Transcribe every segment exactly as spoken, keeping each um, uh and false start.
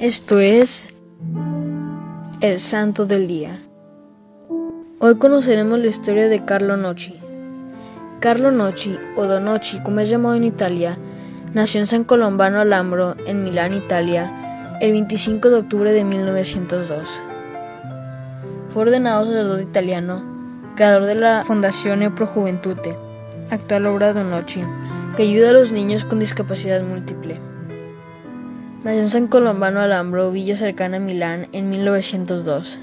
Esto es el Santo del Día. Hoy conoceremos la historia de Carlo Nocci. Carlo Nocci, o Don Nocci como es llamado en Italia, nació en San Colombano al Lambro, en Milán, Italia, el veinticinco de octubre de mil novecientos dos. Fue ordenado sacerdote italiano, creador de la Fondazione Pro Juventute, actual obra Don Nocci, que ayuda a los niños con discapacidad múltiple. Nació en San Colombano al Lambro, villa cercana a Milán, en mil novecientos dos.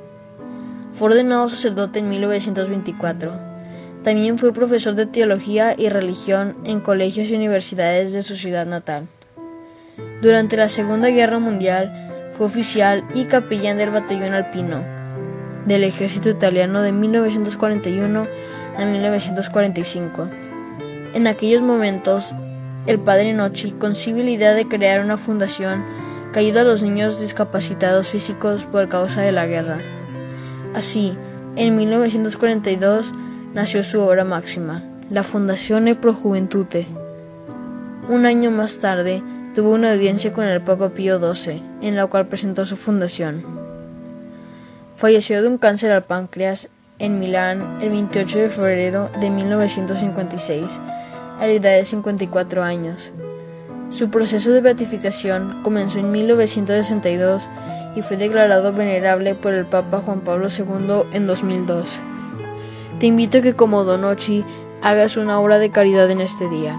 Fue ordenado sacerdote en mil novecientos veinticuatro. También fue profesor de teología y religión en colegios y universidades de su ciudad natal. Durante la Segunda Guerra Mundial fue oficial y capellán del batallón alpino del ejército italiano de mil novecientos cuarenta y uno a mil novecientos cuarenta y cinco. En aquellos momentos, el padre Nocci concibe la idea de crear una fundación que ayuda a los niños discapacitados físicos por causa de la guerra. Así, en mil novecientos cuarenta y dos nació su obra máxima, la Fondazione Pro Juventute. Un año más tarde, tuvo una audiencia con el Papa Pío doce, en la cual presentó su fundación. Falleció de un cáncer al páncreas en Milán el veintiocho de febrero de mil novecientos cincuenta y seis, a la edad de cincuenta y cuatro años. Su proceso de beatificación comenzó en mil novecientos sesenta y dos y fue declarado venerable por el Papa Juan Pablo segundo en dos mil dos. Te invito a que, como Don Nocci, hagas una obra de caridad en este día.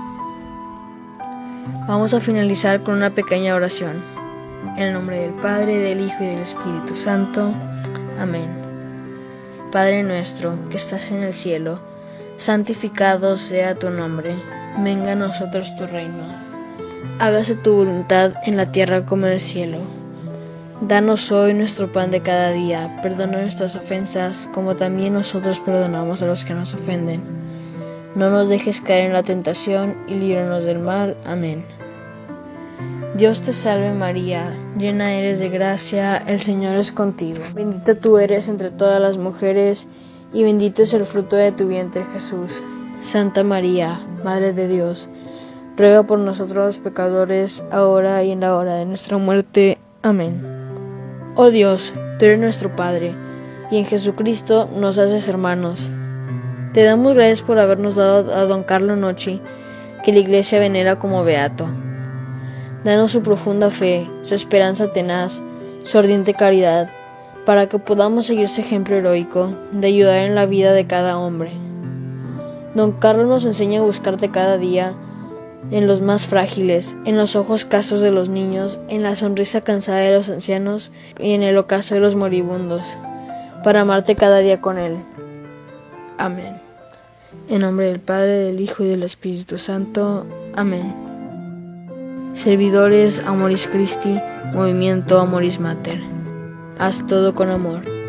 Vamos a finalizar con una pequeña oración. En el nombre del Padre, del Hijo y del Espíritu Santo. Amén. Padre nuestro, que estás en el cielo, santificado sea tu nombre. Venga a nosotros tu reino. Hágase tu voluntad en la tierra como en el cielo. Danos hoy nuestro pan de cada día. Perdona nuestras ofensas, como también nosotros perdonamos a los que nos ofenden. No nos dejes caer en la tentación y líbranos del mal. Amén. Dios te salve María, llena eres de gracia, el Señor es contigo. Bendita tú eres entre todas las mujeres, y bendito es el fruto de tu vientre, Jesús. Santa María, Madre de Dios, ruega por nosotros los pecadores, ahora y en la hora de nuestra muerte. Amén. Oh Dios, tú eres nuestro Padre, y en Jesucristo nos haces hermanos. Te damos gracias por habernos dado a don Carlo Nocci, que la Iglesia venera como beato. Danos su profunda fe, su esperanza tenaz, su ardiente caridad, para que podamos seguir su ejemplo heroico de ayudar en la vida de cada hombre. Don Carlos nos enseña a buscarte cada día en los más frágiles, en los ojos castos de los niños, en la sonrisa cansada de los ancianos y en el ocaso de los moribundos, para amarte cada día con él. Amén. En nombre del Padre, del Hijo y del Espíritu Santo. Amén. Servidores Amoris Christi, Movimiento Amoris Mater. Haz todo con amor.